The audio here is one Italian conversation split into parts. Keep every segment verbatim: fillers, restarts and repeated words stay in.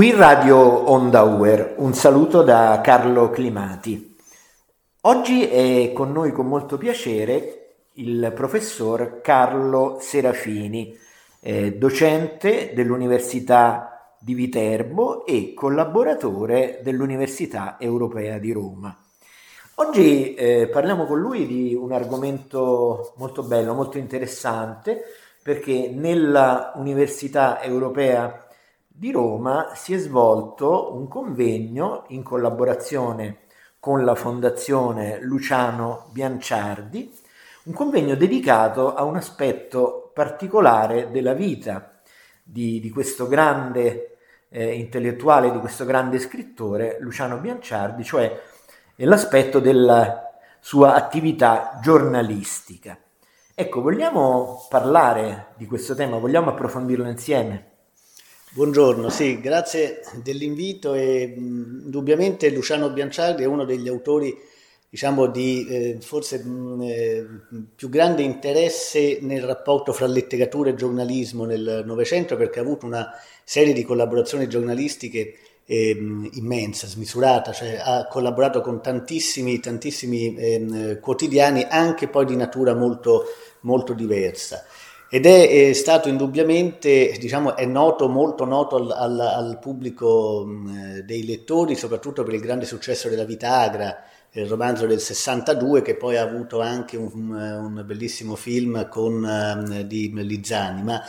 Qui Radio Onda Uer, un saluto da Carlo Climati. Oggi è con noi con molto piacere il professor Carlo Serafini, eh, docente dell'Università di Viterbo e collaboratore dell'Università Europea di Roma. Oggi eh, parliamo con lui di un argomento molto bello, molto interessante, perché nella Università Europea di Roma si è svolto un convegno in collaborazione con la Fondazione Luciano Bianciardi, un convegno dedicato a un aspetto particolare della vita di, di questo grande eh, intellettuale, di questo grande scrittore Luciano Bianciardi, cioè l'aspetto della sua attività giornalistica. Ecco, vogliamo parlare di questo tema, vogliamo approfondirlo insieme? Buongiorno, sì, grazie dell'invito e mh, indubbiamente Luciano Bianciardi è uno degli autori, diciamo, di eh, forse mh, eh, più grande interesse nel rapporto fra letteratura e giornalismo nel Novecento, perché ha avuto una serie di collaborazioni giornalistiche eh, immensa, smisurata, cioè ha collaborato con tantissimi, tantissimi eh, quotidiani, anche poi di natura molto, molto diversa. Ed è, è stato indubbiamente, diciamo, è noto, molto noto al, al, al pubblico mh, dei lettori, soprattutto per il grande successo della Vita Agra, il romanzo del sessantadue, che poi ha avuto anche un, un bellissimo film con, uh, di Lizzani, ma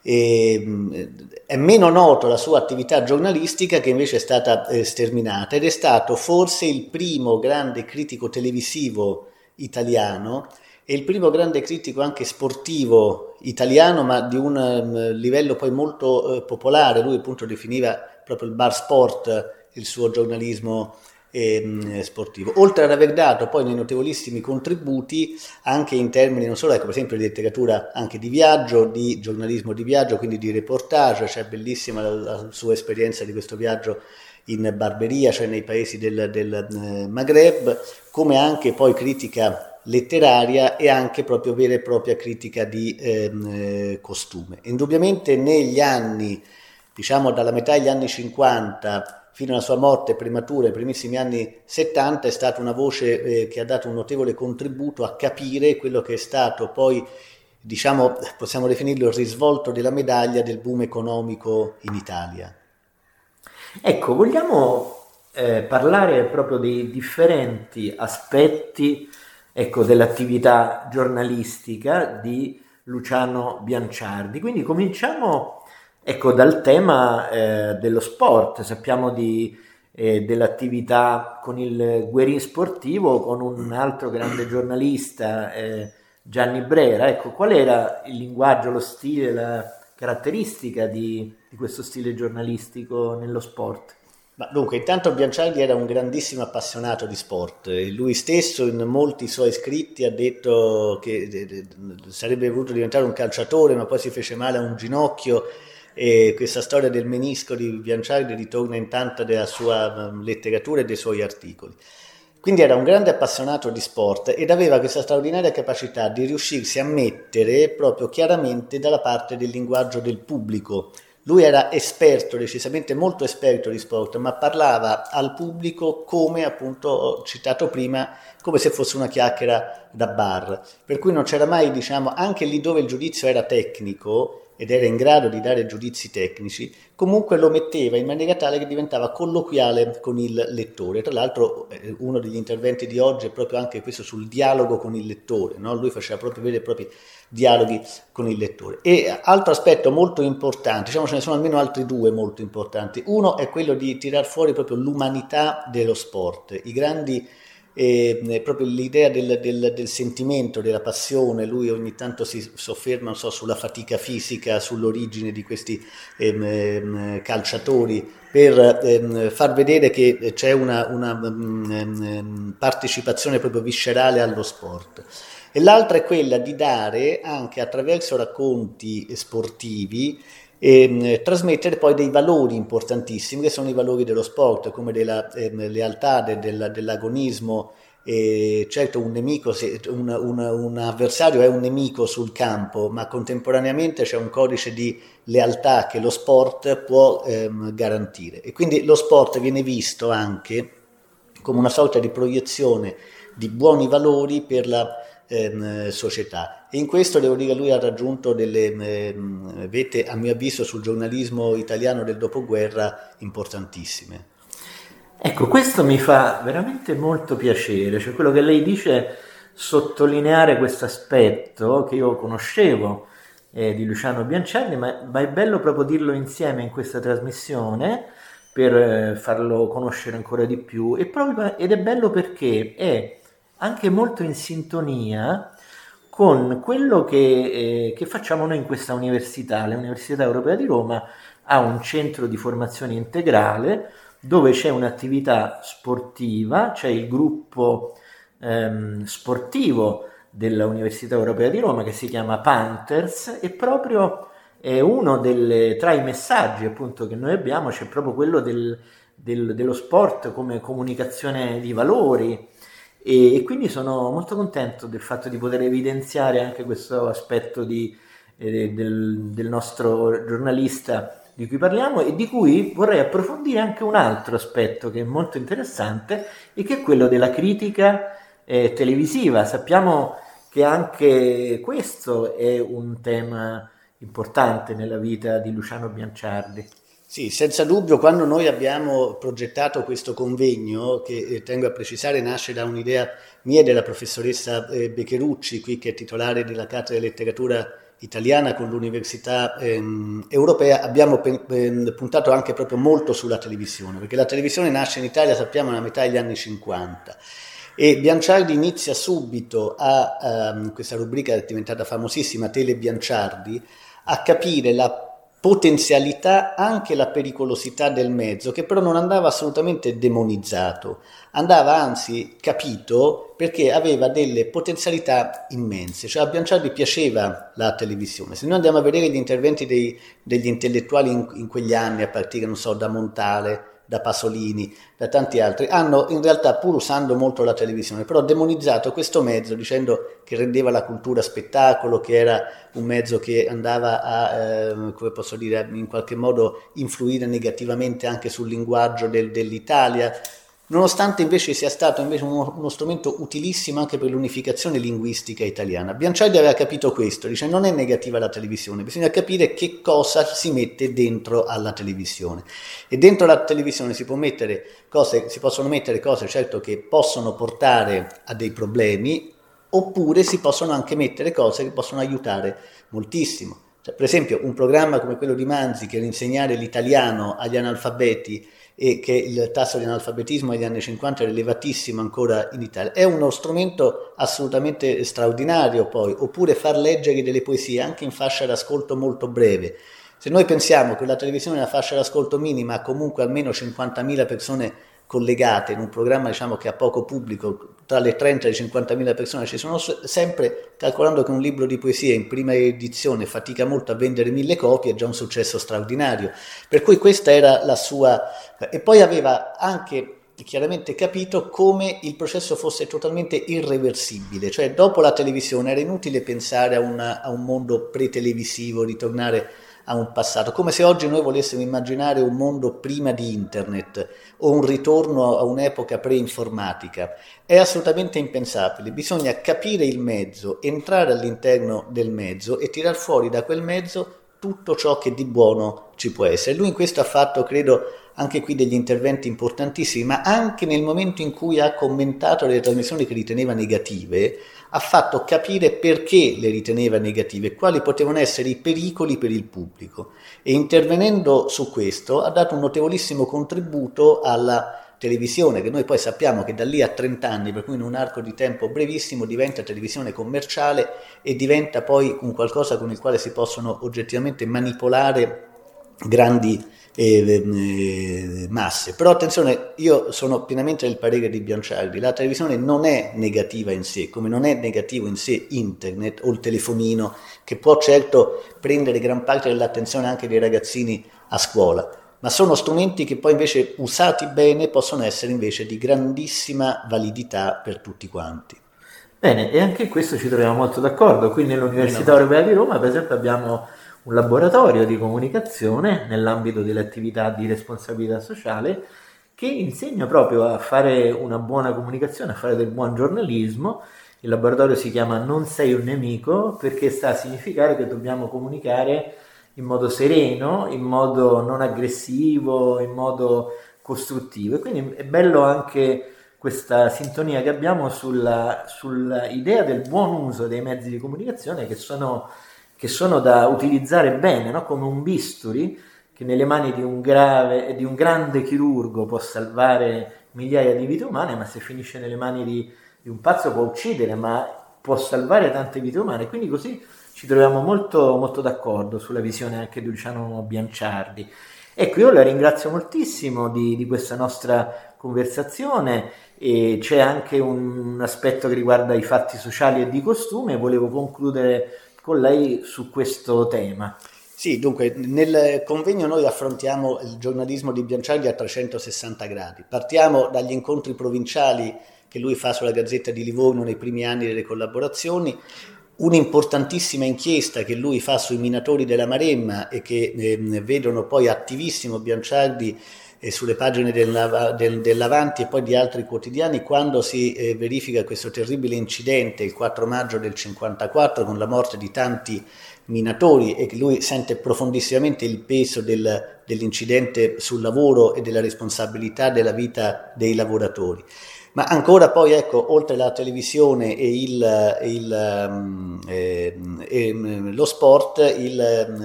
eh, è meno noto la sua attività giornalistica, che invece è stata eh, sterminata, ed è stato forse il primo grande critico televisivo italiano e il primo grande critico anche sportivo italiano, ma di un um, livello poi molto uh, popolare. Lui appunto definiva proprio il bar sport il suo giornalismo eh, sportivo, oltre ad aver dato poi nei notevolissimi contributi anche in termini non solo, ecco, per esempio di letteratura anche di viaggio, di giornalismo di viaggio, quindi di reportage. C'è bellissima la, la sua esperienza di questo viaggio in Barberia, cioè nei paesi del, del eh, Maghreb, come anche poi critica letteraria e anche proprio vera e propria critica di eh, costume. Indubbiamente negli anni, diciamo dalla metà degli anni cinquanta fino alla sua morte prematura, nei primissimi anni settanta, è stata una voce eh, che ha dato un notevole contributo a capire quello che è stato poi, diciamo, possiamo definirlo il risvolto della medaglia del boom economico in Italia. Ecco, vogliamo eh, parlare proprio dei differenti aspetti, ecco, dell'attività giornalistica di Luciano Bianciardi. Quindi cominciamo, ecco, dal tema eh, dello sport. Sappiamo di, eh, dell'attività con il Guerin Sportivo, con un altro grande giornalista, eh, Gianni Brera. Ecco, qual era il linguaggio, lo stile, la caratteristica di, di questo stile giornalistico nello sport? Ma dunque, intanto Bianciardi era un grandissimo appassionato di sport. Lui stesso in molti suoi scritti ha detto che sarebbe voluto diventare un calciatore, ma poi si fece male a un ginocchio, e questa storia del menisco di Bianciardi ritorna in tanta della sua letteratura e dei suoi articoli. Quindi era un grande appassionato di sport ed aveva questa straordinaria capacità di riuscirsi a mettere proprio chiaramente dalla parte del linguaggio del pubblico. Lui era esperto, decisamente molto esperto di sport, ma parlava al pubblico come, appunto, ho citato prima, come se fosse una chiacchiera da bar. Per cui non c'era mai, diciamo, anche lì dove il giudizio era tecnico ed era in grado di dare giudizi tecnici, comunque lo metteva in maniera tale che diventava colloquiale con il lettore. Tra l'altro eh, uno degli interventi di oggi è proprio anche questo sul dialogo con il lettore, no? Lui faceva proprio veri e propri dialoghi con il lettore. E altro aspetto molto importante, diciamo ce ne sono almeno altri due molto importanti. Uno è quello di tirar fuori proprio l'umanità dello sport, i grandi eh, proprio l'idea del, del, del sentimento, della passione. Lui ogni tanto si sofferma, non so, sulla fatica fisica, sull'origine di questi ehm, calciatori, per ehm, far vedere che c'è una, una um, partecipazione proprio viscerale allo sport. E l'altra è quella di dare, anche attraverso racconti sportivi, e trasmettere poi dei valori importantissimi, che sono i valori dello sport, come della eh, lealtà, de, del, dell'agonismo E certo un nemico, un, un, un avversario è un nemico sul campo, ma contemporaneamente c'è un codice di lealtà che lo sport può ehm, garantire, e quindi lo sport viene visto anche come una sorta di proiezione di buoni valori per la ehm, società, e in questo devo dire lui ha raggiunto delle ehm, vette, a mio avviso, sul giornalismo italiano del dopoguerra importantissime. Ecco, questo mi fa veramente molto piacere, cioè quello che lei dice, sottolineare questo aspetto che io conoscevo eh, di Luciano Bianciardi, ma, ma è bello proprio dirlo insieme in questa trasmissione per eh, farlo conoscere ancora di più, e proprio, ed è bello perché è anche molto in sintonia con quello che, eh, che facciamo noi in questa università. L'Università Europea di Roma ha un centro di formazione integrale dove c'è un'attività sportiva, c'è il gruppo ehm, sportivo dell'Università Europea di Roma che si chiama Panthers, e proprio è uno delle, tra i messaggi appunto che noi abbiamo c'è proprio quello del, del, dello sport come comunicazione di valori, e, e quindi sono molto contento del fatto di poter evidenziare anche questo aspetto di, eh, del, del nostro giornalista di cui parliamo, e di cui vorrei approfondire anche un altro aspetto che è molto interessante, e che è quello della critica eh, televisiva. Sappiamo che anche questo è un tema importante nella vita di Luciano Bianciardi. Sì, senza dubbio, quando noi abbiamo progettato questo convegno, che eh, tengo a precisare nasce da un'idea mia e della professoressa eh, Becherucci, qui che è titolare della cattedra di letteratura italiana con l'Università ehm, Europea, abbiamo pe- pe- puntato anche proprio molto sulla televisione, perché la televisione nasce in Italia, sappiamo, nella metà degli anni cinquanta, e Bianciardi inizia subito a, um, questa rubrica è diventata famosissima, Tele Bianciardi, a capire la potenzialità, anche la pericolosità del mezzo, che però non andava assolutamente demonizzato, andava anzi capito, perché aveva delle potenzialità immense. Cioè a Bianciardi piaceva la televisione. Se noi andiamo a vedere gli interventi dei, degli intellettuali in, in quegli anni, a partire, non so, da Montale, da Pasolini, da tanti altri, hanno in realtà, pur usando molto la televisione, però demonizzato questo mezzo, dicendo che rendeva la cultura spettacolo, che era un mezzo che andava a, eh, come posso dire, in qualche modo influire negativamente anche sul linguaggio del, dell'Italia, nonostante invece sia stato invece uno, uno strumento utilissimo anche per l'unificazione linguistica italiana. Bianciardi aveva capito questo, dice non è negativa la televisione, bisogna capire che cosa si mette dentro alla televisione, e dentro la televisione si può mettere cose, si possono mettere cose certo che possono portare a dei problemi, oppure si possono anche mettere cose che possono aiutare moltissimo. Cioè, per esempio un programma come quello di Manzi, che era insegnare l'italiano agli analfabeti, e che il tasso di analfabetismo negli anni cinquanta era elevatissimo ancora in Italia, è uno strumento assolutamente straordinario. Poi, oppure far leggere delle poesie anche in fascia d'ascolto molto breve. Se noi pensiamo che la televisione è una fascia d'ascolto minima, ha comunque almeno cinquantamila persone collegate in un programma, diciamo, che ha poco pubblico, tra le trenta e le cinquantamila persone ci sono sempre, calcolando che un libro di poesia in prima edizione fatica molto a vendere mille copie, è già un successo straordinario. Per cui questa era la sua... E poi aveva anche chiaramente capito come il processo fosse totalmente irreversibile, cioè dopo la televisione era inutile pensare a, una, a un mondo pre-televisivo, ritornare a un passato, come se oggi noi volessimo immaginare un mondo prima di internet o un ritorno a un'epoca pre-informatica. È assolutamente impensabile, bisogna capire il mezzo, entrare all'interno del mezzo e tirar fuori da quel mezzo tutto ciò che di buono ci può essere. Lui in questo ha fatto, credo, anche qui degli interventi importantissimi, ma anche nel momento in cui ha commentato le trasmissioni che riteneva negative, ha fatto capire perché le riteneva negative, quali potevano essere i pericoli per il pubblico, e intervenendo su questo ha dato un notevolissimo contributo alla televisione, che noi poi sappiamo che da lì a trenta anni, per cui in un arco di tempo brevissimo, diventa televisione commerciale e diventa poi un qualcosa con il quale si possono oggettivamente manipolare grandi eh, eh, masse. Però attenzione, io sono pienamente del parere di Bianciardi, la televisione non è negativa in sé, come non è negativo in sé internet o il telefonino, che può certo prendere gran parte dell'attenzione anche dei ragazzini a scuola. ma sono strumenti che poi invece usati bene possono essere invece di grandissima validità per tutti quanti. Bene, e anche in questo ci troviamo molto d'accordo. Qui nell'Università Europea di Roma, per esempio, abbiamo un laboratorio di comunicazione nell'ambito delle attività di responsabilità sociale che insegna proprio a fare una buona comunicazione, a fare del buon giornalismo. Il laboratorio si chiama Non sei un nemico, perché sta a significare che dobbiamo comunicare in modo sereno, in modo non aggressivo, in modo costruttivo. E quindi è bello anche questa sintonia che abbiamo sulla, sull'idea del buon uso dei mezzi di comunicazione che sono, che sono da utilizzare bene, no? Come un bisturi che nelle mani di un, grave, di un grande chirurgo può salvare migliaia di vite umane, ma se finisce nelle mani di, di un pazzo può uccidere, ma può salvare tante vite umane. Quindi così ci troviamo molto, molto d'accordo sulla visione anche di Luciano Bianciardi. Ecco, io la ringrazio moltissimo di, di questa nostra conversazione, e c'è anche un aspetto che riguarda i fatti sociali e di costume. Volevo concludere con lei su questo tema. Sì, dunque nel convegno noi affrontiamo il giornalismo di Bianciardi a trecentosessanta gradi. Partiamo dagli incontri provinciali che lui fa sulla Gazzetta di Livorno nei primi anni delle collaborazioni, un'importantissima inchiesta che lui fa sui minatori della Maremma e che eh, vedono poi attivissimo Bianciardi eh, sulle pagine del, del, dell'Avanti e poi di altri quotidiani quando si eh, verifica questo terribile incidente il quattro maggio del cinquantaquattro con la morte di tanti minatori, e che lui sente profondissimamente il peso del, dell'incidente sul lavoro e della responsabilità della vita dei lavoratori. Ma ancora poi, ecco, oltre la televisione e, il, il, eh, eh, lo sport, il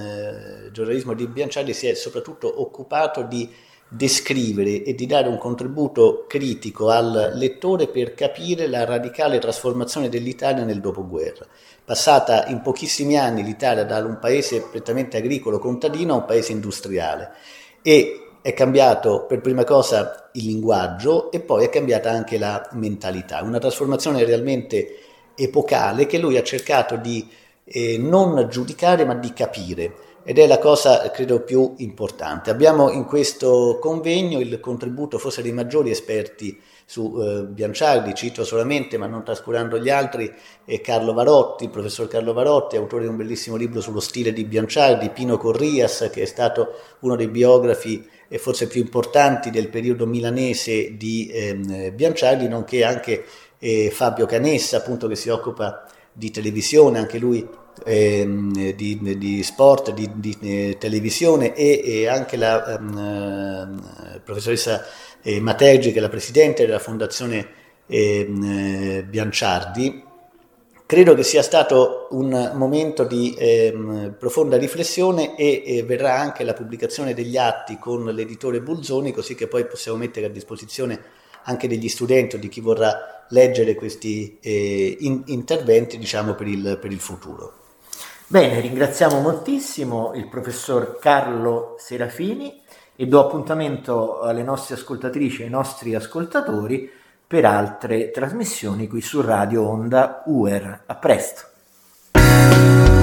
eh, giornalismo di Bianciardi si è soprattutto occupato di descrivere e di dare un contributo critico al lettore per capire la radicale trasformazione dell'Italia nel dopoguerra. Passata in pochissimi anni l'Italia da un paese prettamente agricolo contadino a un paese industriale, e è cambiato per prima cosa il linguaggio e poi è cambiata anche la mentalità, una trasformazione realmente epocale che lui ha cercato di eh, non giudicare ma di capire, ed è la cosa credo più importante. Abbiamo in questo convegno il contributo forse dei maggiori esperti su eh, Bianciardi, cito solamente ma non trascurando gli altri, eh, Carlo Varotti, il professor Carlo Varotti, autore di un bellissimo libro sullo stile di Bianciardi, Pino Corrias, che è stato uno dei biografi e forse più importanti del periodo milanese di eh, Bianciardi, nonché anche eh, Fabio Canessa, appunto, che si occupa di televisione, anche lui eh, di, di sport, di, di eh, televisione, e, e anche la eh, professoressa eh, Matergi, che è la presidente della Fondazione eh, Bianciardi. Credo che sia stato un momento di eh, profonda riflessione e, e verrà anche la pubblicazione degli atti con l'editore Bulzoni, così che poi possiamo mettere a disposizione anche degli studenti o di chi vorrà leggere questi eh, in, interventi, diciamo, per il, per il futuro. Bene, ringraziamo moltissimo il professor Carlo Serafini e do appuntamento alle nostre ascoltatrici e ai nostri ascoltatori per altre trasmissioni qui su Radio Onda U E R. A presto!